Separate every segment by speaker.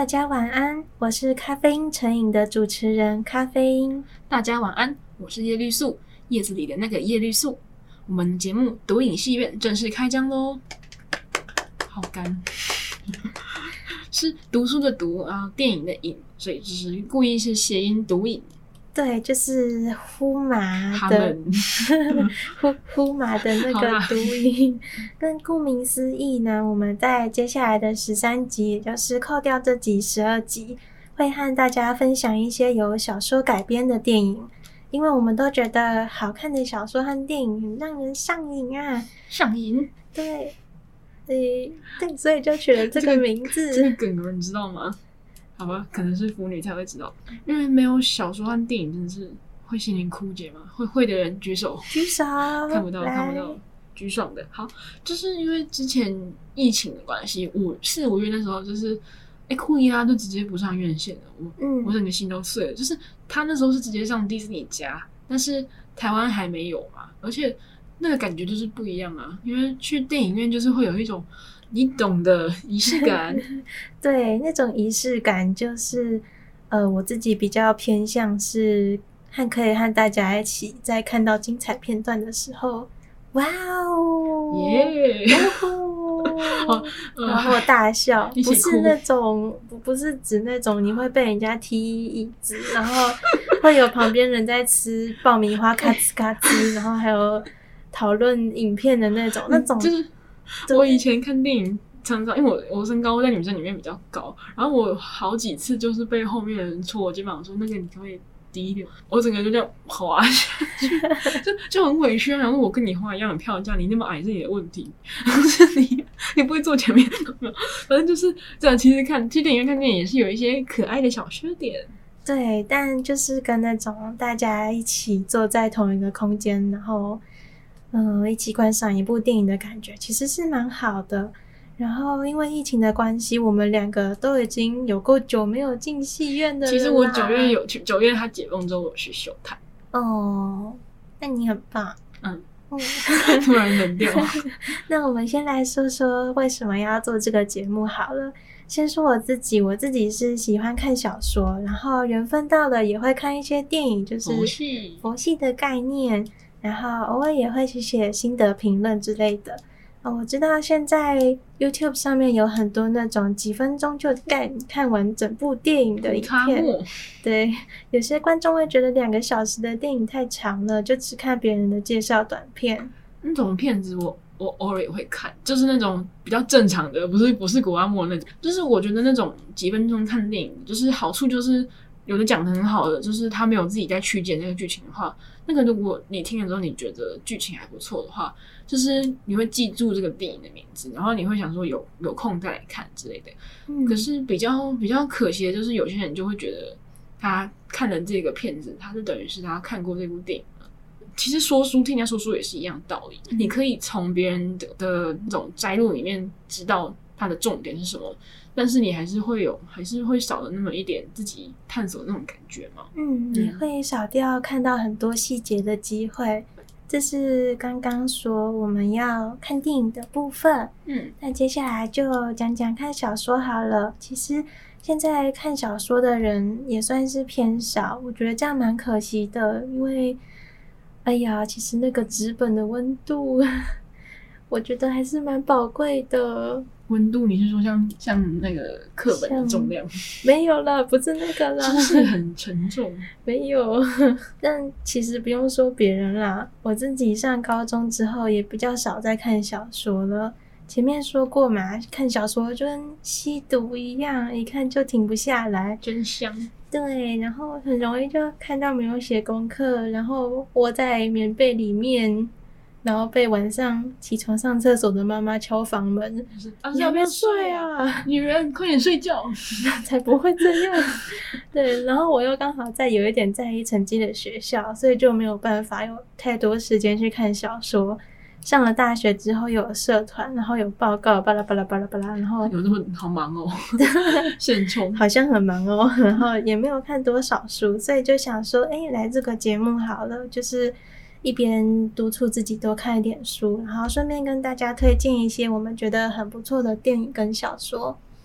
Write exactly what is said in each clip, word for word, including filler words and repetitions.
Speaker 1: 大家晚安，我是咖啡因成瘾的主持人咖啡因。
Speaker 2: 大家晚安，我是叶绿素，叶子里的那个叶绿素。我们的节目读影戏院正式开张咯。好干是读书的读，然后电影的影，所以就是故意是谐音读影。
Speaker 1: 对，就是呼麻
Speaker 2: 他
Speaker 1: 的
Speaker 2: 们
Speaker 1: 呼呼麻的那个读音。跟顾名思义呢，我们在接下来的十三集，也就是扣掉这集十二集，会和大家分享一些由小说改编的电影。因为我们都觉得好看的小说和电影让人上瘾啊，
Speaker 2: 上瘾。
Speaker 1: 对，对对，所以就取了这个名字。
Speaker 2: 这个梗有人知道吗？好吧，可能是腐女才会知道，因为没有小说和电影，真的是会心灵枯竭吗？会会的人举手，
Speaker 1: 举手，
Speaker 2: 看不到，看不到，举爽的。好，就是因为之前疫情的关系，五四五月那时候就是。哎，库伊拉就直接不上院线了，我、嗯、我整个心都碎了。就是他那时候是直接上迪士尼加，但是台湾还没有嘛，而且那个感觉就是不一样啊。因为去电影院就是会有一种你懂的仪式感，
Speaker 1: 对，那种仪式感就是呃，我自己比较偏向是和可以和大家一起在看到精彩片段的时候，哇哦，
Speaker 2: 耶、yeah
Speaker 1: 然后大笑，不是那种不不是指那种你会被人家踢椅子，然后会有旁边人在吃爆米花咔吱咔吱，然后还有讨论影片的那种，那种
Speaker 2: 就是我以前看电影常常因为我我身高在女生里面比较高，然后我好几次就是被后面的人戳我肩膀说那个你可不可以低一点，我整个就这样滑下去，就就很委屈啊！然后我跟你花一样很漂亮，你那么矮是你的问题，是你你不会坐前面，反正就是这样。其实看去电影院看电影也是有一些可爱的小缺点，
Speaker 1: 对，但就是跟那种大家一起坐在同一个空间，然后嗯、呃、一起观赏一部电影的感觉，其实是蛮好的。然后因为疫情的关系，我们两个都已经有够久没有进戏院的了。
Speaker 2: 其实我九月有去，九月他解封之后我去秀看。
Speaker 1: 哦，那你很棒。
Speaker 2: 嗯，突然冷掉。
Speaker 1: 那我们先来说说为什么要做这个节目好了。先说我自己，我自己是喜欢看小说，然后缘分到了也会看一些电影，就是
Speaker 2: 佛系
Speaker 1: 佛系的概念，然后偶尔也会去写心得评论之类的。哦，我知道现在 YouTube 上面有很多那种几分钟就看看完整部电影的影片，对，有些观众会觉得两个小时的电影太长了，就只看别人的介绍短片。
Speaker 2: 那种片子我我偶尔也会看，就是那种比较正常的，不是不是古阿莫那种，就是我觉得那种几分钟看电影，就是好处就是有的讲得很好的，就是他没有自己在曲解那个剧情的话，那个如果你听了之后你觉得剧情还不错的话，就是你会记住这个电影的名字，然后你会想说有有空再来看之类的。嗯、可是比较比较可惜的就是有些人就会觉得他看了这个片子，他就等于是他看过这部电影了。其实说书听人家说书也是一样道理，嗯、你可以从别人的的那种摘录里面知道它的重点是什么。但是你还是会有，还是会少了那么一点自己探索的那种感觉嘛。
Speaker 1: 嗯，你会少掉看到很多细节的机会。这是刚刚说我们要看电影的部分。嗯，那接下来就讲讲看小说好了。其实现在看小说的人也算是偏少，我觉得这样蛮可惜的，因为哎呀，其实那个纸本的温度，我觉得还是蛮宝贵的。
Speaker 2: 温度，你是说像像那个课本的重量？
Speaker 1: 没有啦，不是那个啦，
Speaker 2: 是很沉重。
Speaker 1: 没有，但其实不用说别人啦，我自己上高中之后也比较少在看小说了。前面说过嘛，看小说就跟吸毒一样，一看就停不下来，
Speaker 2: 真香。
Speaker 1: 对，然后很容易就看到没有写功课，然后窝在棉被里面。然后被晚上起床上厕所的妈妈敲房门，
Speaker 2: 啊、
Speaker 1: 你要不要睡啊？
Speaker 2: 女人快点睡觉，
Speaker 1: 才不会这样。对，然后我又刚好在有一点在意成绩的学校，所以就没有办法有太多时间去看小说。上了大学之后又有社团，然后有报告，巴拉巴拉巴拉巴拉，然后
Speaker 2: 有这么好忙哦，现充
Speaker 1: 好像很忙哦，然后也没有看多少书，所以就想说，哎，来这个节目好了，就是一边督促自己多看一点书，然后顺便跟大家推荐一些我们觉得很不错的电影跟小说。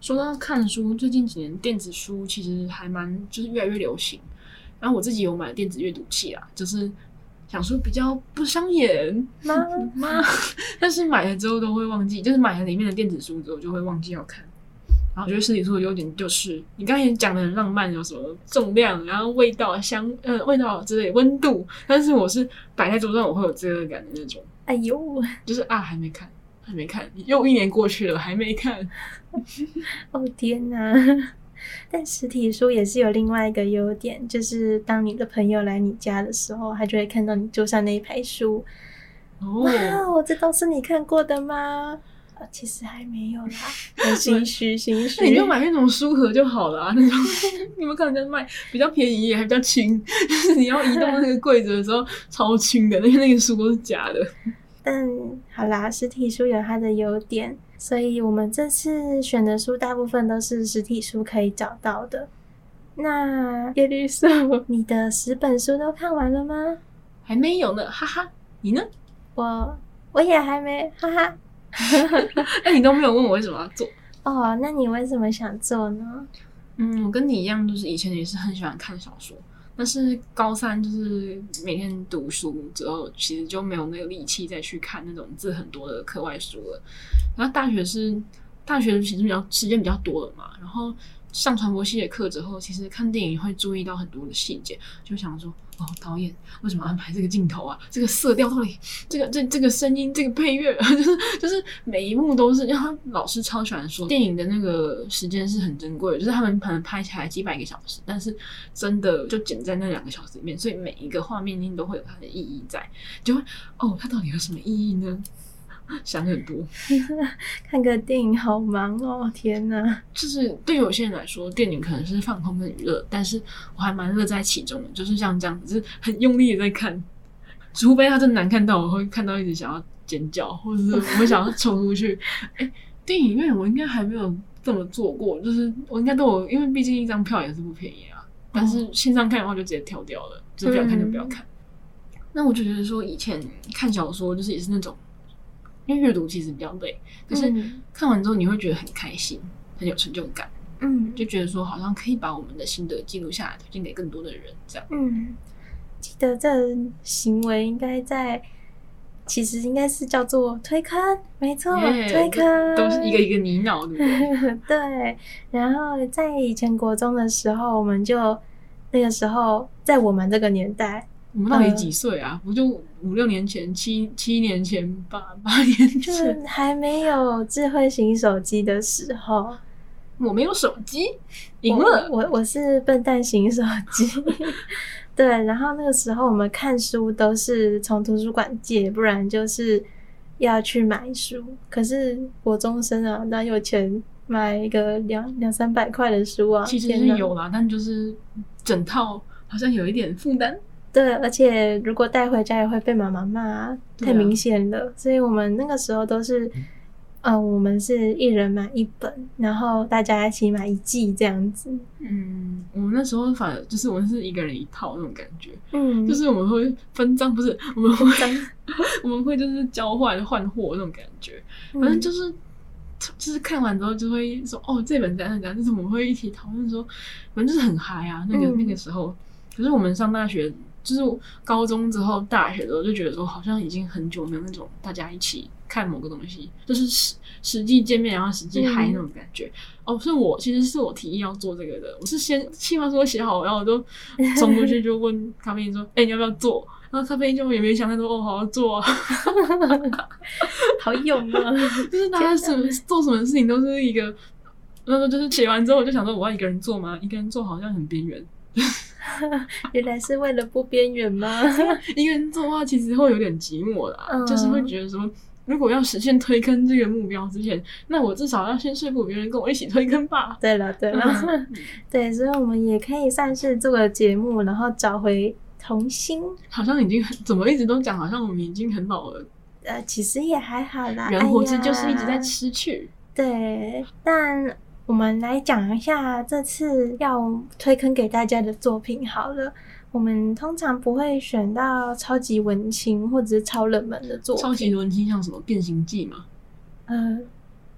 Speaker 2: 说到看书，最近几年电子书其实还蛮就是越来越流行。然后我自己有买电子阅读器啦，就是想说比较不伤眼吗？吗？但是买了之后都会忘记，就是买了里面的电子书之后就会忘记要看。然后我觉得实体书的优点就是，你刚才讲的很浪漫，有什么重量，然后味道、香呃味道之类温度，但是我是摆在桌上我会有罪恶感的那种。
Speaker 1: 哎呦，
Speaker 2: 就是啊，还没看，还没看，又一年过去了，还没看。
Speaker 1: 哦天哪！但实体书也是有另外一个优点，就是当你的朋友来你家的时候，他就会看到你桌上那一排书。
Speaker 2: 哦，
Speaker 1: 哇，这都是你看过的吗？啊、其实还没有啦，很心虚，心虚。
Speaker 2: 你就买那种书盒就好了啊，那种你们看人家卖比较便宜，还比较轻，就是你要移动那个柜子的时候超轻的，因为那个书都是假的。
Speaker 1: 但好啦，实体书有它的优点，所以我们这次选的书大部分都是实体书可以找到的。那叶绿素，你的十本书都看完了吗？
Speaker 2: 还没有呢，哈哈。你呢？
Speaker 1: 我我也还没，哈哈。
Speaker 2: 那你都没有问我为什么要做
Speaker 1: 哦？那你为什么想做呢？
Speaker 2: 嗯，我跟你一样，就是以前也是很喜欢看小说。但是高三就是每天读书之后，其实就没有那个力气再去看那种字很多的课外书了。然后大学是大学其实比较时间比较多了嘛，然后上传播系的课之后，其实看电影会注意到很多的细节，就想说哦，导演为什么安排这个镜头啊？这个色调到底，这个这这个声音，这个配乐，就是就是每一幕都是。因为他老师超喜欢说，电影的那个时间是很珍贵的，就是他们可能拍起来几百个小时，但是真的就剪在那两个小时里面，所以每一个画面一定都会有它的意义在，就会哦，它到底有什么意义呢？想很多。
Speaker 1: 看个电影好忙哦，天哪！
Speaker 2: 就是对于有些人来说，电影可能是放空跟娱乐，但是我还蛮乐在其中的，就是像这样子，就是很用力的在看，除非它真的难看到我会看到一直想要尖叫，或者是我会想要冲出去。哎，电影院我应该还没有这么做过，就是我应该都有，因为毕竟一张票也是不便宜啊。但是线上看的话就直接跳掉了，就不要看就不要看。嗯、那我就觉得说，以前看小说就是也是那种。因为阅读其实比较累，可是看完之后你会觉得很开心，很有成就感，嗯，就觉得说好像可以把我们的心得记录下来，推荐给更多的人，这样。
Speaker 1: 嗯，记得这行为应该在，其实应该是叫做推坑，没错， yeah, 推坑
Speaker 2: 都是一个一个泥脑，对不对？
Speaker 1: 对。然后在以前国中的时候，我们就那个时候在我们这个年代。
Speaker 2: 我们到底几岁啊？不、呃、就五六年前、七七年前、八八年前，
Speaker 1: 就是还没有智慧型手机的时候。
Speaker 2: 我没有手机，赢了。
Speaker 1: 我我我是笨蛋型手机。对，然后那个时候我们看书都是从图书馆借，不然就是要去买书。可是国中生啊，哪有钱买一个两两三百块的书啊？
Speaker 2: 其实是有啦，但就是整套好像有一点负担。
Speaker 1: 对，而且如果带回家也会被妈妈骂，太明显了、啊。所以我们那个时候都是，呃，我们是一人买一本，然后大家一起买一季这样子。
Speaker 2: 嗯，我们那时候反而就是我们是一个人一套那种感觉。
Speaker 1: 嗯，
Speaker 2: 就是我们会分赃，不是我们会我们会就是交换换货那种感觉。反正就是、嗯、就是看完之后就会说哦，这本怎样怎样，就是我们会一起讨论说，反正就是很嗨啊。那个、嗯、那个时候，可是我们上大学。就是高中之后大学的时候就觉得说好像已经很久没有那种大家一起看某个东西，就是实实际见面然后实际嗨那种感觉、嗯、哦，是我其实是我提议要做这个的，我是先计划书写好，然后我就冲过去就问咖啡因说哎、欸、你要不要做，然后咖啡因就也没想太多，哦好好做啊。
Speaker 1: 好勇啊。
Speaker 2: 就是大家什么做什么事情都是一个那时候就是写完之后我就想说我要一个人做吗，一个人做好像很边缘。
Speaker 1: 原来是为了不边缘吗？
Speaker 2: 一个人做的话其实会有点寂寞啦、嗯、就是会觉得说如果要实现推坑这个目标之前，那我至少要先说服别人跟我一起推坑吧。
Speaker 1: 对了对了、嗯、对，所以我们也可以算是做个节目，然后找回童心。
Speaker 2: 好像已经很怎么一直都讲好像我们已经很老了，
Speaker 1: 呃，其实也还好啦，
Speaker 2: 人活着就是一直在失去、哎、
Speaker 1: 对。但我们来讲一下这次要推坑给大家的作品好了。我们通常不会选到超级文青或者是超冷门的作品。
Speaker 2: 超级文青像什么变形记吗？
Speaker 1: 呃，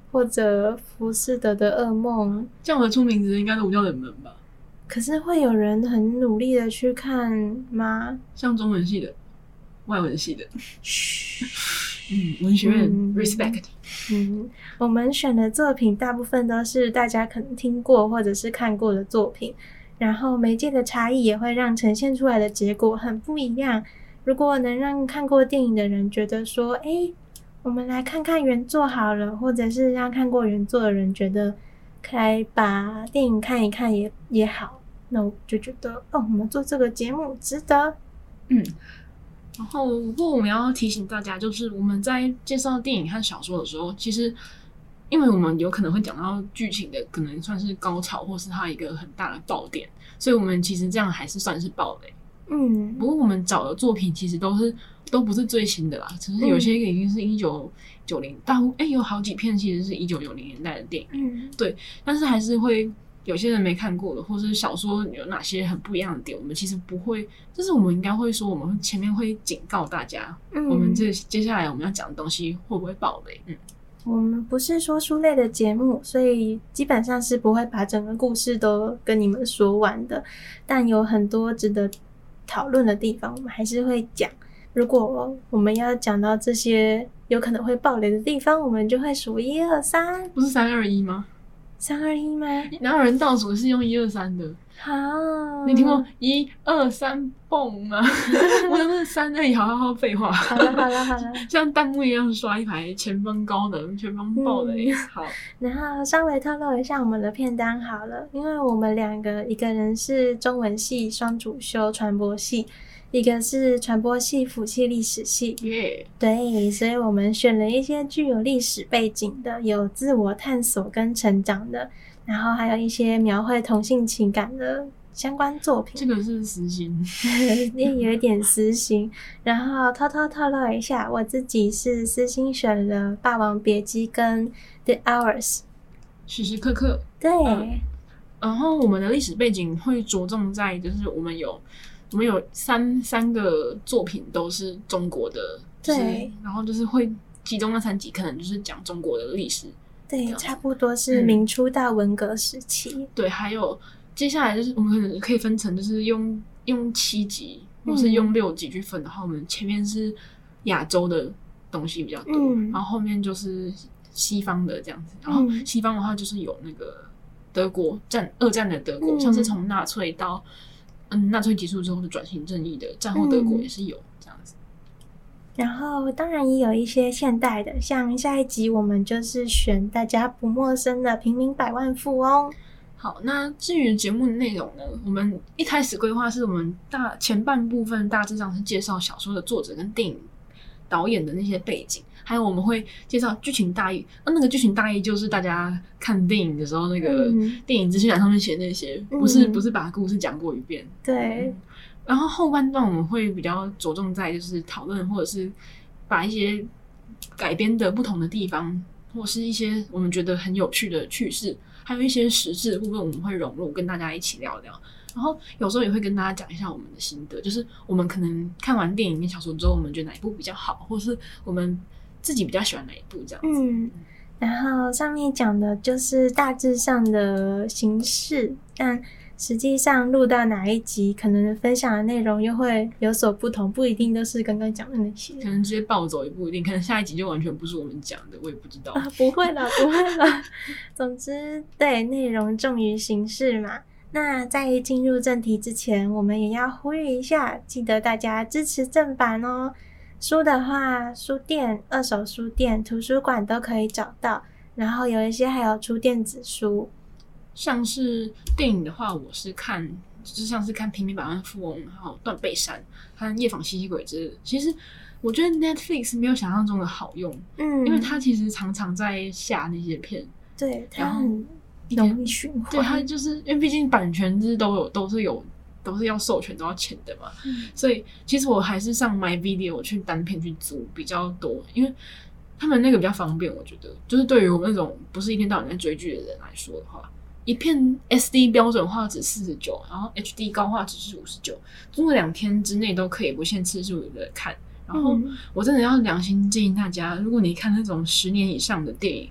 Speaker 1: 或者浮士德的噩梦，
Speaker 2: 这样的出名字应该都比较冷门吧？
Speaker 1: 可是会有人很努力的去看吗？
Speaker 2: 像中文系的、外文系的，嗯，文学院、嗯、respect。
Speaker 1: 嗯，我们选的作品大部分都是大家可能听过或者是看过的作品，然后媒介的差异也会让呈现出来的结果很不一样。如果能让看过电影的人觉得说，诶，我们来看看原作好了，或者是让看过原作的人觉得来把电影看一看也也好，那我就觉得哦，我们做这个节目值得。
Speaker 2: 嗯，然后不过我们要提醒大家，就是我们在介绍电影和小说的时候，其实因为我们有可能会讲到剧情的可能算是高潮，或是它一个很大的爆点，所以我们其实这样还是算是爆雷。
Speaker 1: 嗯，
Speaker 2: 不过我们找的作品其实都是都不是最新的啦，只是有些已经是一九九零，大哎有好几片其实是一九九零年代的电影，
Speaker 1: 嗯，
Speaker 2: 对，但是还是会有些人没看过的，或是小说有哪些很不一样的点，我们其实不会，就是我们应该会说，我们前面会警告大家，嗯，我们这接下来我们要讲的东西会不会爆雷，嗯。
Speaker 1: 我们不是说书类的节目，所以基本上是不会把整个故事都跟你们说完的，但有很多值得讨论的地方我们还是会讲。如果我们要讲到这些有可能会爆雷的地方，我们就会数一二三。
Speaker 2: 不是三二一吗？
Speaker 1: 三二一吗？
Speaker 2: 哪有人倒数是用一二三的？
Speaker 1: 好，
Speaker 2: 你听过一二三蹦吗？我都是三而已，好好好废话。
Speaker 1: 好了好了好了，
Speaker 2: 像弹幕一样刷一排，前方高能，前方爆雷。嗯、好，
Speaker 1: 然后稍微透露一下我们的片单好了，因为我们两个，一个人是中文系双主修传播系，一个是传播系辅系历史系。
Speaker 2: 耶、yeah.
Speaker 1: 对，所以我们选了一些具有历史背景的，有自我探索跟成长的。然后还有一些描绘同性情感的相关作品，
Speaker 2: 这个是私心，
Speaker 1: 也有一点私心。然后偷偷透露一下，我自己是私心选了《霸王别姬》跟《The Hours》，
Speaker 2: 时时刻刻。
Speaker 1: 对、
Speaker 2: 嗯。然后我们的历史背景会着重在，就是我们有我们有三三个作品都是中国的，
Speaker 1: 对。
Speaker 2: 就是、然后就是会其中那三集可能就是讲中国的历史。
Speaker 1: 对，差不多是明初到文革时期、嗯。对，
Speaker 2: 还有接下来就是我们可能可以分成，就是用用七集或是用六集去分的话，嗯、我们前面是亚洲的东西比较多，嗯、然后后面就是西方的这样子。然后西方的话就是有那个德国战二战的德国，嗯、像是从纳粹到嗯纳粹结束之后的转型正义的战后德国也是有这样子。
Speaker 1: 然后当然也有一些现代的，像下一集我们就是选大家不陌生的平民百万富翁。
Speaker 2: 好，那至于节目的内容呢，我们一开始规划是我们大前半部分大致上是介绍小说的作者跟电影导演的那些背景，还有我们会介绍剧情大意。那那个剧情大意就是大家看电影的时候那个电影资讯栏上面写那些，嗯、不是不是把故事讲过一遍。
Speaker 1: 对。
Speaker 2: 嗯然后后半段我们会比较着重在就是讨论，或者是把一些改编的不同的地方，或是一些我们觉得很有趣的趣事，还有一些时事的部分，我们会融入跟大家一起聊聊。然后有时候也会跟大家讲一下我们的心得，就是我们可能看完电影跟小说之后，我们觉得哪一部比较好，或是我们自己比较喜欢哪一部这样子。
Speaker 1: 嗯，然后上面讲的就是大致上的形式，但实际上录到哪一集可能分享的内容又会有所不同，不一定都是刚刚讲的那些，
Speaker 2: 可能直接暴走也不一定，可能下一集就完全不是我们讲的，我也不知道、
Speaker 1: 啊、不会啦不会啦总之对，内容重于形式嘛。那在进入正题之前，我们也要呼吁一下，记得大家支持正版哦。书的话，书店、二手书店、图书馆都可以找到，然后有一些还有出电子书。
Speaker 2: 像是电影的话，我是看就是像是看《平民百万富翁》，还有《断背山》和《夜访吸血鬼》之类的。其实我觉得 Netflix 没有想象中的好用，嗯，因为它其实常常在下那些片，
Speaker 1: 对，它很容易循环。
Speaker 2: 对，它就是因为毕竟版权是都有都是有都是要授权都要钱的嘛，嗯、所以其实我还是上 MyVideo 我去单片去租比较多，因为他们那个比较方便，我觉得就是对于我们那种不是一天到晚在追剧的人来说的话。一片 S D 标准画质四十九，然后 H D 高画质是五十九，租了两天之内都可以不限次数的看。然后我真的要良心建议大家，如果你看那种十年以上的电影，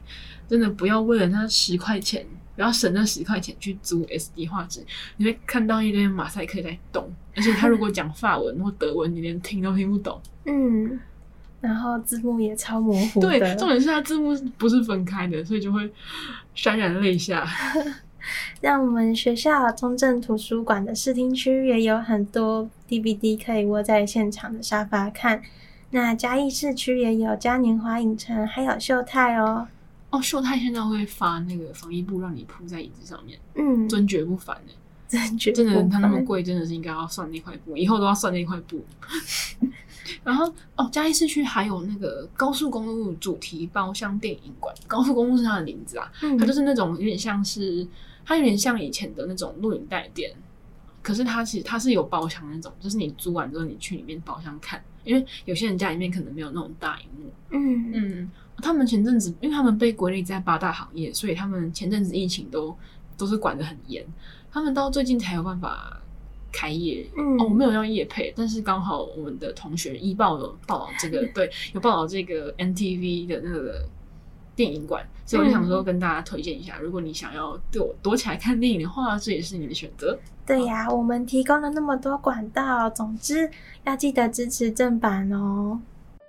Speaker 2: 真的不要为了那十块钱，不要省那十块钱去租 S D 画质，你会看到一堆马赛克在动，而且他如果讲法文或德文，你连听都听不懂。
Speaker 1: 嗯，然后字幕也超模糊的。
Speaker 2: 对，重点是它字幕不是分开的，所以就会潸然泪下。
Speaker 1: 让我们学校中正图书馆的视听区也有很多 D V D 可以窝在现场的沙发看。那嘉义市区也有嘉年华影城，还有秀泰哦。
Speaker 2: 哦，秀泰现在会发那个防疫布让你铺在椅子上面，
Speaker 1: 嗯，
Speaker 2: 尊爵不凡耶，
Speaker 1: 尊爵不凡，
Speaker 2: 真的，它那么贵，真的是应该要算那块布，以后都要算那块布。然后哦，嘉义市区还有那个高速公路主题包厢电影馆，高速公路是它的名字啊，嗯、它就是那种有点像是，它有点像以前的那种录影带店，可是它其实它是有包厢那种，就是你租完之后你去里面包厢看，因为有些人家里面可能没有那种大荧幕，嗯嗯，他们前阵子因为他们被归类在八大行业，所以他们前阵子疫情都都是管得很严，他们到最近才有办法开业。嗯、哦，我没有要业配，但是刚好我们的同学一报有报道这个，对，有报道这个 N T V 的那个电影馆，所以我就想说跟大家推荐一下，如果你想要对我躲起来看电影的话，这也是你的选择。
Speaker 1: 对呀、啊，我们提供了那么多管道，总之要记得支持正版哦。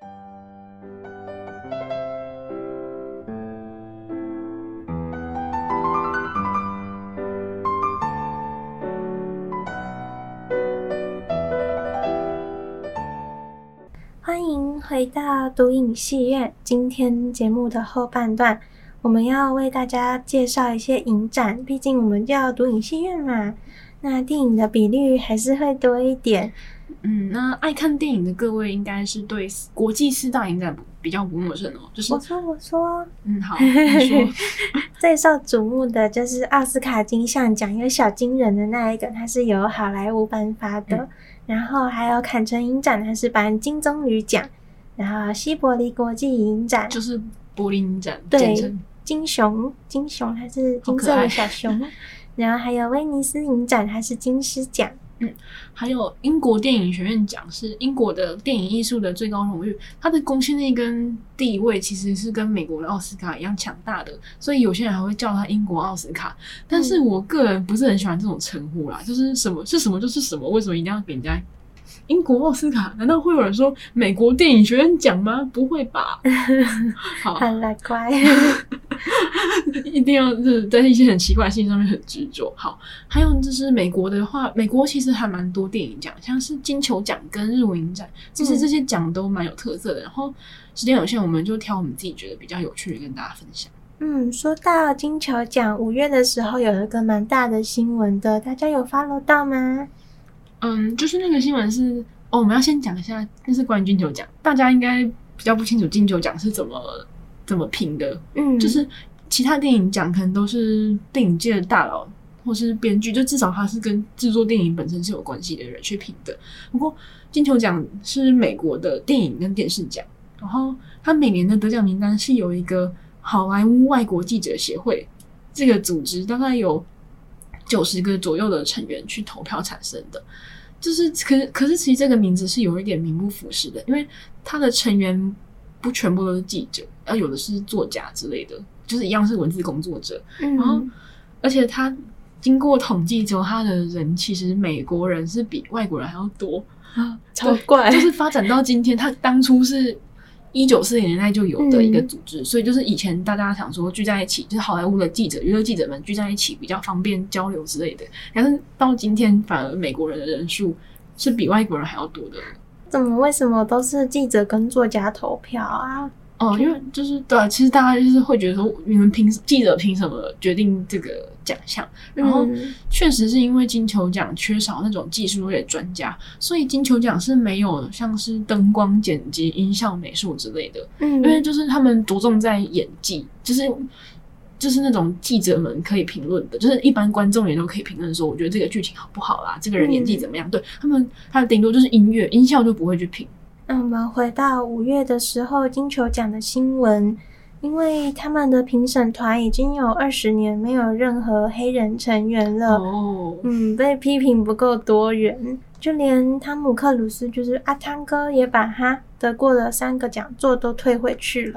Speaker 1: 欢迎回到读影戏院，今天节目的后半段，我们要为大家介绍一些影展，毕竟我们叫读影戏院嘛，那电影的比率还是会多一点。
Speaker 2: 嗯，那爱看电影的各位应该是对国际四大影展比较不陌生哦。就是
Speaker 1: 我说我说，
Speaker 2: 嗯，好，你说。
Speaker 1: 最受瞩目的就是奥斯卡金像奖，有小金人的那一个，它是由好莱坞颁发的。嗯，然后还有坎城影展，它是颁金棕榈奖，然后西伯利国际影展
Speaker 2: 就是柏林影展，
Speaker 1: 对，金熊，金熊它是金色的小熊，然后还有威尼斯影展，它是金狮奖，
Speaker 2: 嗯，还有英国电影学院奖是英国的电影艺术的最高荣誉，它的公信力跟地位其实是跟美国的奥斯卡一样强大的，所以有些人还会叫它英国奥斯卡，但是我个人不是很喜欢这种称呼啦，就是什么是什么就是什么，为什么一定要给人家英国奥斯卡？难道会有人说美国电影学院奖吗？不会吧。好，
Speaker 1: 好了，乖。
Speaker 2: 一定要就是在一些很奇怪的事情上面很执着。好，还有就是美国的话，美国其实还蛮多电影奖，像是金球奖跟日文影展，其实这些奖都蛮有特色的。然后时间有限，我们就挑我们自己觉得比较有趣的跟大家分享。
Speaker 1: 嗯，说到金球奖，五月的时候有一个蛮大的新闻的，大家有 follow 到吗？
Speaker 2: 嗯，就是那个新闻是哦，我们要先讲一下，那是关于金球奖，大家应该比较不清楚金球奖是怎么怎么评的。嗯，就是其他电影奖可能都是电影界的大佬或是编剧，就至少他是跟制作电影本身是有关系的人去评的。不过金球奖是美国的电影跟电视奖，然后他每年的得奖名单是由一个好莱坞外国记者协会这个组织，大概有九十个左右的成员去投票产生的。就是可是可是其实这个名字是有一点名不符实的，因为他的成员不全部都是记者，而有的是作家之类的，就是一样是文字工作者。嗯，然后而且他经过统计之后，他的人其实美国人是比外国人还要多
Speaker 1: 啊，超怪！
Speaker 2: 就是发展到今天，他当初是一九四零年代就有的一个组织，嗯，所以就是以前大家想说聚在一起，就是好莱坞的记者、娱乐记者们聚在一起比较方便交流之类的。但是到今天，反而美国人的人数是比外国人还要多的。
Speaker 1: 怎么？为什么都是记者跟作家投票啊？
Speaker 2: 哦，因为就是对，其实大家就是会觉得说，你们凭记者凭什么决定这个奖项？然后确实是因为金球奖缺少那种技术类的专家，所以金球奖是没有像是灯光、剪辑、音效、美术之类的。嗯，因为就是他们着重在演技，就是就是那种记者们可以评论的，就是一般观众也都可以评论说，我觉得这个剧情好不好啦，这个人演技怎么样？嗯，对他们，他顶多就是音乐、音效就不会去评。
Speaker 1: 那我们回到五月的时候，金球奖的新闻，因为他们的评审团已经有二十年没有任何黑人成员了，哦，嗯，被批评不够多元，就连汤姆克鲁斯就是阿汤哥也把他得过的三个讲座都退回去了。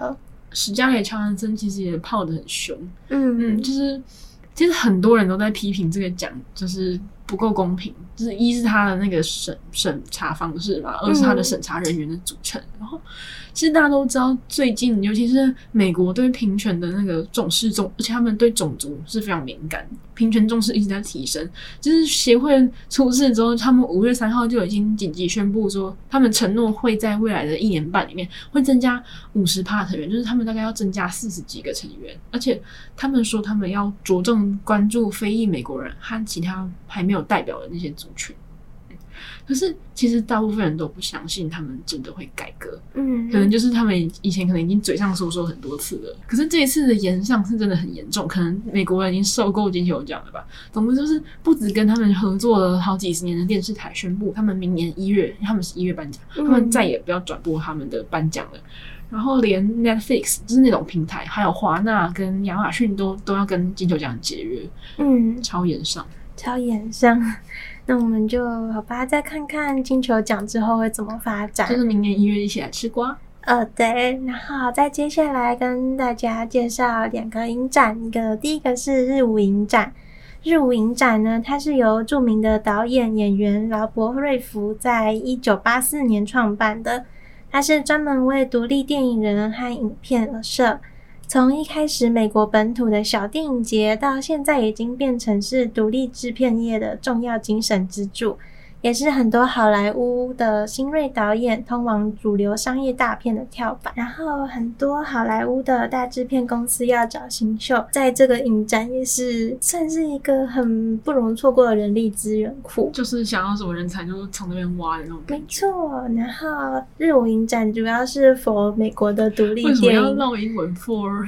Speaker 2: 史嘉蕾·乔韩森其实也泡得很凶，
Speaker 1: 嗯
Speaker 2: 嗯，就是其实很多人都在批评这个奖就是不够公平，就是一是他的那个审审查方式嘛，二是他的审查人员的组成。然后其实大家都知道，最近尤其是美国对平权的那个重视重，而且他们对种族是非常敏感，平权重视一直在提升。就是协会出事之后，他们五月三号就已经紧急宣布说，他们承诺会在未来的一年半里面会增加 百分之五十 的成员，就是他们大概要增加四十几个成员，而且他们说他们要着重关注非裔美国人和其他还没有代表的那些族群。可是其实大部分人都不相信他们真的会改革，
Speaker 1: 嗯，
Speaker 2: 可能就是他们以前可能已经嘴上说说很多次了，可是这一次的延上是真的很严重，可能美国人已经受够金球奖了吧。总之就是不止跟他们合作了好几十年的电视台宣布，他们明年一月，他们是一月颁奖，他们再也不要转播他们的颁奖了。然后连 Netflix 就是那种平台，还有华纳跟亚马逊都都要跟金球奖结约，
Speaker 1: 嗯，
Speaker 2: 超延上，
Speaker 1: 超延上。那我们就好吧，再看看金球奖之后会怎么发展。
Speaker 2: 就是明年一月一起来吃瓜。
Speaker 1: 呃，对，然后再接下来跟大家介绍两个影展，一个第一个是日舞影展。日舞影展呢，它是由著名的导演演员劳勃瑞福在一九八四年创办的，它是专门为独立电影人和影片而设。从一开始美国本土的小电影节，到现在已经变成是独立制片业的重要精神支柱，也是很多好莱坞的新锐导演通往主流商业大片的跳板。然后很多好莱坞的大制片公司要找新秀，在这个影展也是算是一个很不容错过的人力资源库，
Speaker 2: 就是想要什么人才就从那边挖的那种感觉。
Speaker 1: 没错。然后日舞影展主要是 for 美国的独立电影。
Speaker 2: 为什么要绕英文 for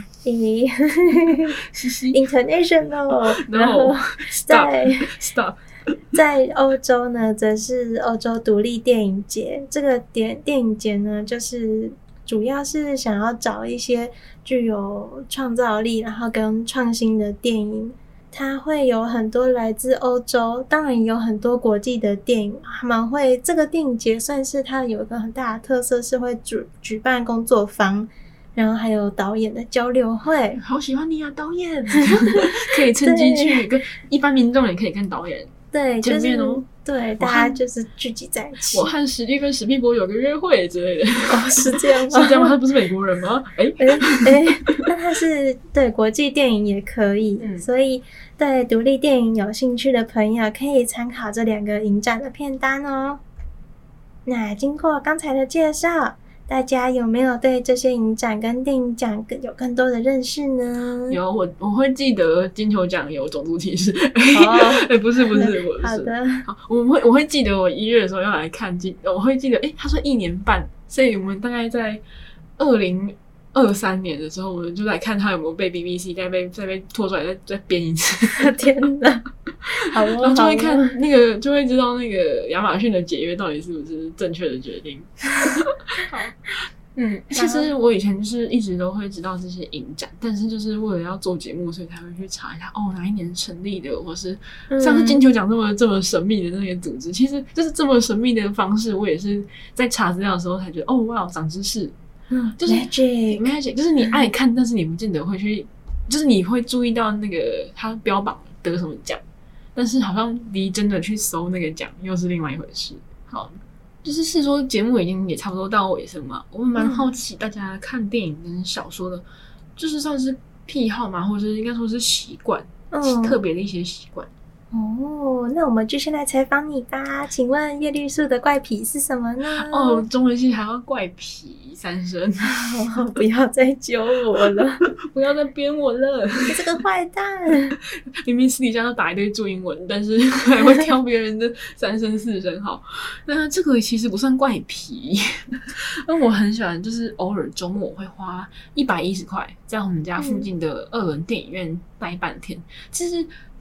Speaker 1: international
Speaker 2: no stop stop
Speaker 1: 在欧洲呢，则是欧洲独立电影节。这个电电影节呢，就是主要是想要找一些具有创造力，然后跟创新的电影。它会有很多来自欧洲，当然也有很多国际的电影。他们会这个电影节算是它有一个很大的特色，是会举举办工作坊。然后还有导演的交流会，
Speaker 2: 好喜欢你啊，导演！可以趁机去跟一般民众也可以看导演
Speaker 1: 对
Speaker 2: 见面哦。
Speaker 1: 就是对，大家就是聚集在一起。
Speaker 2: 我和史蒂芬·史匹柏有个约会之类的。
Speaker 1: 哦，是这样吗？
Speaker 2: 是这样吗？他不是美国人吗？哎
Speaker 1: 哎哎，那他是对国际电影也可以，嗯、所以对独立电影有兴趣的朋友可以参考这两个影展的片单哦。那经过刚才的介绍，大家有没有对这些影展跟电影奖有更多的认识呢？
Speaker 2: 有，我我会记得金球奖有种族歧视。哦，哎，不是不是，我是
Speaker 1: 好的。
Speaker 2: 好，我会我会记得我一月的时候要来看金，我会记得，哎，他说一年半，所以我们大概在二零二三年的时候，我们就来看他有没有被 B B C 再被再被拖出来再再编一次。
Speaker 1: 天哪！好哦，
Speaker 2: 然后就会看那个，就会知道那个亚马逊的解约到底是不是正确的决定。好，嗯，其实我以前就是一直都会知道这些影展，但是就是为了要做节目，所以才会去查一下哦哪一年成立的，或是像是金球奖这么这么神秘的那个组织，其实就是这么神秘的方式，我也是在查资料的时候才觉得哦哇长知识。
Speaker 1: 嗯，
Speaker 2: 就是
Speaker 1: magic
Speaker 2: magic， 就是你爱看，但是你不见得会去，就是你会注意到那个他标榜得什么奖，但是好像离真的去搜那个奖又是另外一回事。好，就是是说节目已经也差不多到尾声嘛，我们蛮好奇大家看电影跟小说的，就是算是癖好嘛，或者应该说是习惯，嗯，特别的一些习惯。
Speaker 1: 哦，那我们就先来采访你吧。请问叶绿素的怪癖是什么呢？
Speaker 2: 哦，中文系还要怪癖三声、
Speaker 1: 哦，不要再揪我了，
Speaker 2: 不要再编我了，
Speaker 1: 你这个坏蛋！
Speaker 2: 明明私底下都打一堆注英文，但是还会挑别人的三声四声。好，那这个其实不算怪癖，那我很喜欢，就是偶尔周末我会花一百一十块在我们家附近的二轮电影院待半天。其实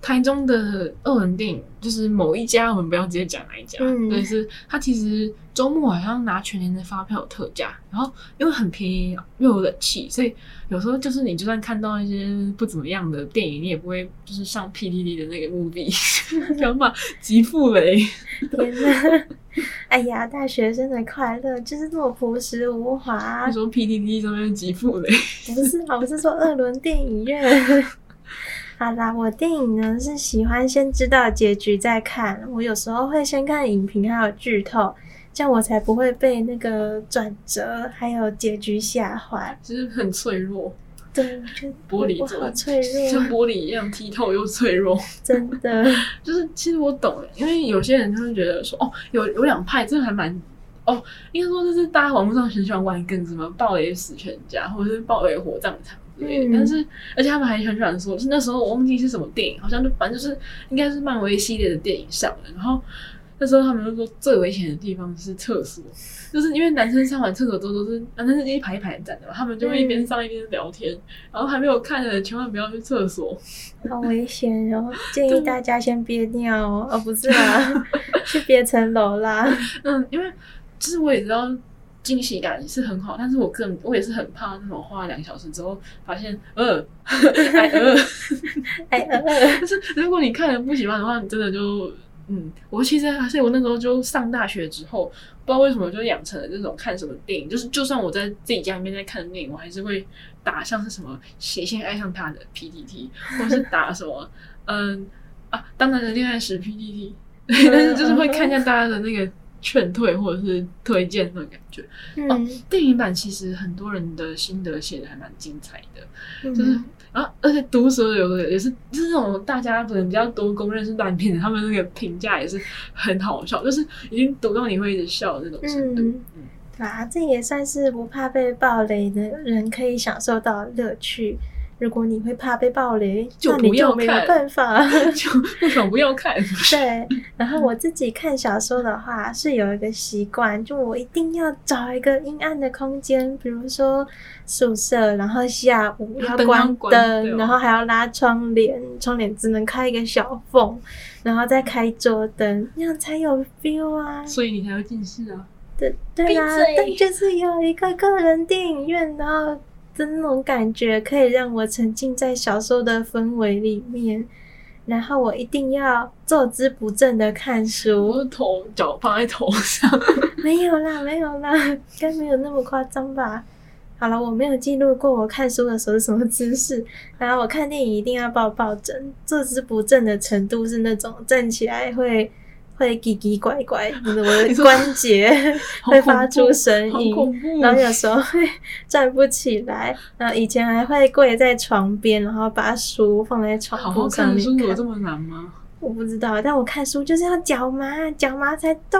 Speaker 2: 台中的二轮电影就是某一家，我们不要直接讲哪一家，嗯，但是它其实周末好像拿全年的发票有特价，然后因为很便宜又有冷气，所以有时候就是你就算看到一些不怎么样的电影，你也不会就是上 P T T 的那个 movie 叫嘛极富雷。
Speaker 1: 天哪！哎呀，大学生的快乐就是这么朴实无华。
Speaker 2: 你说 P T T 上面极富雷？
Speaker 1: 不是啊，我是说二轮电影院。好啦，我电影呢是喜欢先知道结局再看，我有时候会先看影评还有剧透，这样我才不会被那个转折还有结局吓坏。
Speaker 2: 就是很脆弱。
Speaker 1: 对，就
Speaker 2: 玻璃做的，
Speaker 1: 脆弱，
Speaker 2: 像玻璃一样剔透又脆弱。
Speaker 1: 真的，
Speaker 2: 就是其实我懂，因为有些人就会觉得说，哦，有有两派，这还蛮。哦，应该说这是大家网络上很喜欢玩跟什么暴雷死全家，或者是暴雷火葬场之类的。嗯、但是，而且他们还很喜欢说，就是那时候我忘记是什么电影，好像就反正就是应该是漫威系列的电影上了。然后那时候他们就说最危险的地方是厕所，就是因为男生上完厕所之后都是男生是一排一排站的嘛，他们就会一边上一边聊天，嗯、然后还没有看的人千万不要去厕所，
Speaker 1: 好危险哦！建议大家先憋尿哦，哦不是啦，去别层楼啦。
Speaker 2: 嗯，因为。其实我也知道惊喜感是很好，但是我个人我也是很怕那种花了两个小时之后发现呃哎呃
Speaker 1: 哎呃，
Speaker 2: 但是如果你看了不喜欢的话，你真的就嗯，我其实还是我那时候就上大学之后，不知道为什么就养成了这种看什么电影，就是就算我在自己家里面在看的电影，我还是会打像是什么谁先爱上他的 P T T， 或是打什么嗯啊当男人恋爱时 P T T， 对，但是就是会看一下大家的那个。劝退或者是推荐那种感觉、嗯哦、电影版其实很多人的心得写的还蛮精彩的、嗯、就是然后而且毒舌有的也是就是那种大家可能比较多公认是烂片的，他们那个评价也是很好笑，就是已经毒到你会一直笑的那种程度。嗯
Speaker 1: 嗯啊，这也算是不怕被暴雷的人可以享受到乐趣。如果你会怕被暴雷，
Speaker 2: 就不要看，
Speaker 1: 那你就没有办法，
Speaker 2: 就为什么不要看？
Speaker 1: 对，然后我自己看小说的话，是有一个习惯，就我一定要找一个阴暗的空间，比如说宿舍，然后下午要关灯，然后还要拉窗帘，窗帘只能开一个小缝，然后再开桌灯，那样才有 feel 啊。
Speaker 2: 所以你才会近视啊？
Speaker 1: 对对啊，但就是有一个个人电影院，然后。的那种感觉可以让我沉浸在小说的氛围里面，然后我一定要坐姿不正的看书，
Speaker 2: 我头脚放在头上。
Speaker 1: 没有啦没有啦，应该没有那么夸张吧。好了，我没有记录过我看书的时候是什么姿势，然后我看电影一定要抱抱枕，坐姿不正的程度是那种站起来会会叽叽怪怪，我的关节会发出声音，然后有时候会站不起来，然后以前还会跪在床边，然后把书放在床铺上面看。
Speaker 2: 好好看书有这么难吗？
Speaker 1: 我不知道，但我看书就是要脚麻，脚麻才对。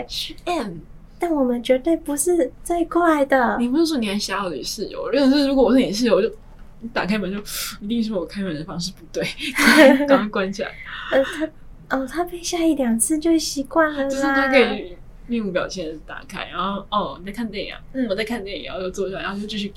Speaker 2: M，
Speaker 1: 但我们绝对不是最快的。
Speaker 2: 你不是说你还吓到你室友？但是如果我是你室友，我就打开门就一定是我开门的方式不对，赶快关起来。
Speaker 1: 呃，他。哦，他被吓一两次就习惯了啦。
Speaker 2: 就是他可以面无表情的打开，然后哦你在看电影啊，嗯我在看电影，然后就坐下来，然后就继续。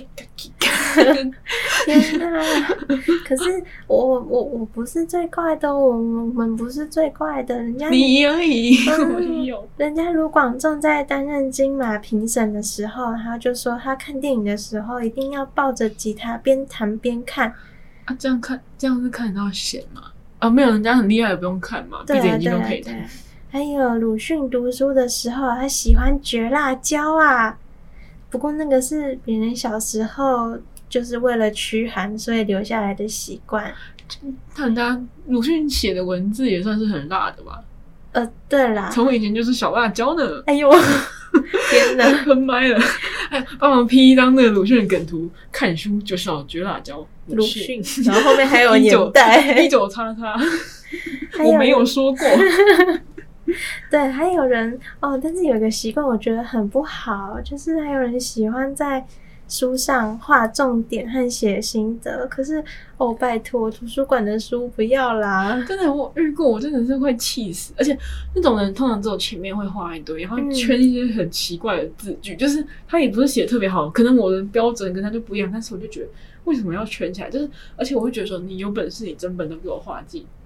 Speaker 1: 天哪！可是我我我不是最快的，我我们不是最快的，人家
Speaker 2: 你而已，
Speaker 1: 嗯、
Speaker 2: 我也有。
Speaker 1: 人家卢广仲在担任金马评审的时候，他就说他看电影的时候一定要抱着吉他边弹边看
Speaker 2: 啊，这样看这样是看得到弦吗？啊，没有，人家很厉害，也不用看嘛，闭着眼睛都可以看。
Speaker 1: 还有鲁迅读书的时候，他喜欢嚼辣椒啊。不过那个是别人小时候就是为了驱寒，所以留下来的习惯。
Speaker 2: 他人家鲁迅写的文字也算是很辣的吧？
Speaker 1: 呃，对啦，
Speaker 2: 从以前就是小辣椒呢。
Speaker 1: 哎呦，天哪，
Speaker 2: 喷麦了！哎，帮忙 P 一张那个鲁迅的梗图，看书就是要嚼辣椒。
Speaker 1: 鲁迅，然后后面还有年代，
Speaker 2: 一九叉叉，我没有说过。
Speaker 1: 对，还有人哦，但是有一个习惯我觉得很不好，就是还有人喜欢在书上画重点和写心得，可是哦，拜托，图书馆的书不要啦！
Speaker 2: 真的，我遇过，我真的是会气死。而且那种人通常只有前面会画一堆，然后圈一些很奇怪的字句，嗯、就是他也不是写得特别好，可能我的标准跟他就不一样，但是我就觉得为什么要圈起来？就是而且我会觉得说，你有本事你整本都给我画进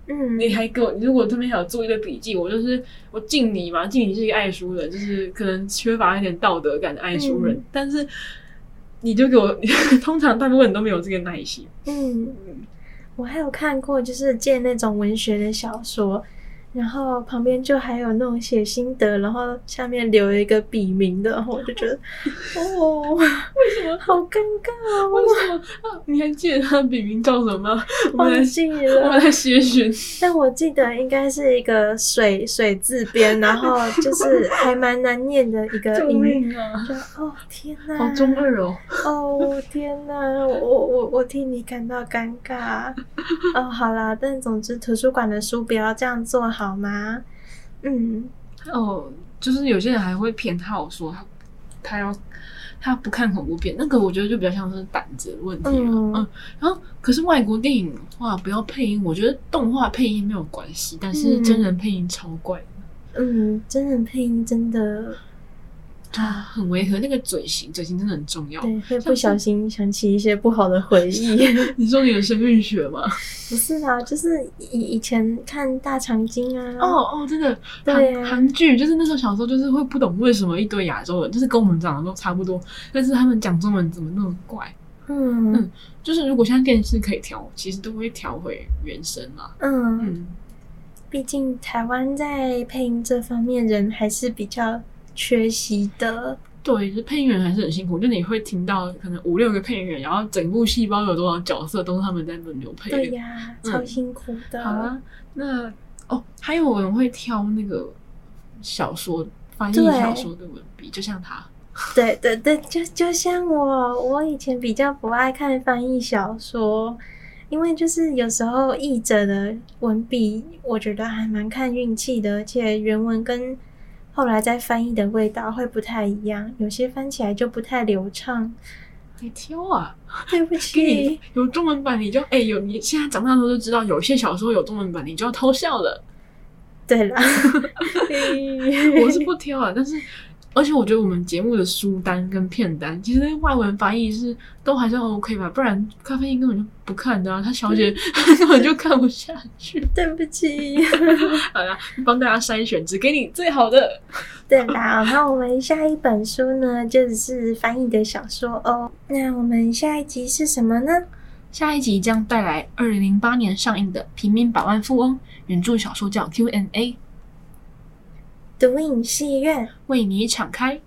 Speaker 1: 嗯，
Speaker 2: 你还给我，如果这边还有做一个笔记，我就是我敬你嘛，敬你是一个爱书人，就是可能缺乏一点道德感的爱书人，嗯、但是你就给我，通常大部分人都没有这个耐心。
Speaker 1: 嗯，我还有看过，就是借那种文学的小说。然后旁边就还有那种写心得，然后下面留一个笔名的，然后我就觉得，哦，为
Speaker 2: 什么
Speaker 1: 好尴尬哦？
Speaker 2: 为什么？啊、你还记得他的笔名叫什么吗？
Speaker 1: 忘记了，
Speaker 2: 我们来写寻。
Speaker 1: 但我记得应该是一个水水字边，然后就是还蛮难念的一个音。
Speaker 2: 救命啊！
Speaker 1: 哦天哪，
Speaker 2: 好中二哦！
Speaker 1: 哦天哪，我我我替你感到尴尬。哦，好啦，但总之图书馆的书不要这样做好。好吗？嗯，
Speaker 2: 哦，就是有些人还会偏好说他他要他不看恐怖片，那个我觉得就比较像是胆子的问题了。嗯, 嗯，然后可是外国电影的话不要配音，我觉得动画配音没有关系，但是真人配音超怪的。
Speaker 1: 嗯，真人配音真的。
Speaker 2: 啊，很违和，那个嘴型，嘴型真的很重要。
Speaker 1: 对，会不小心想起一些不好的回忆。
Speaker 2: 你说你有生命学吗？
Speaker 1: 不是啦，就是以以前看大长今啊。
Speaker 2: 哦哦，真的，
Speaker 1: 对啊，
Speaker 2: 韩剧就是那时候小时候就是会不懂为什么一堆亚洲人，就是跟我们长得都差不多，但是他们讲中文怎么那么怪？
Speaker 1: 嗯
Speaker 2: 嗯，就是如果现在电视可以调，其实都会调回原声啦。
Speaker 1: 嗯嗯，毕竟台湾在配音这方面人还是比较缺席的。
Speaker 2: 对，就是配音员还是很辛苦，就你会听到可能五六个配音员，然后整部细胞有多少角色都是他们在轮流配的。
Speaker 1: 对呀，嗯、超辛苦的。
Speaker 2: 好啊，那哦，还有人会挑那个小说翻译小说的文笔，就像他。
Speaker 1: 对对对，就就像我，我以前比较不爱看翻译小说，因为就是有时候译者的文笔，我觉得还蛮看运气的，而且原文跟后来再翻译的味道会不太一样，有些翻起来就不太流畅。
Speaker 2: 还挑啊？
Speaker 1: 对不起，
Speaker 2: 有中文版你就哎、欸、有，你现在长大之后就知道，有些小说有中文版你就要偷笑了。
Speaker 1: 对啦，
Speaker 2: 我是不挑啊，但是而且我觉得我们节目的书单跟片单，其实外文翻译是都还算 OK 吧，不然咖啡因根本就不看的啊，他小姐根本就看不下去。
Speaker 1: 对不起，
Speaker 2: 好啦，帮大家筛选，只给你最好的。
Speaker 1: 对啦，那我们下一本书呢，就是翻译的小说哦。那我们下一集是什么呢？
Speaker 2: 下一集将带来二零零八年上映的《平民百万富翁》，原著小说叫 Q and A。
Speaker 1: 读影戏院
Speaker 2: 为你敞开。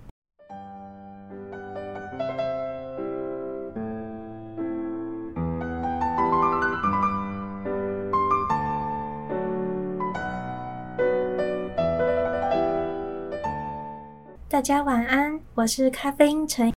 Speaker 1: 大家晚安，我是咖啡因陈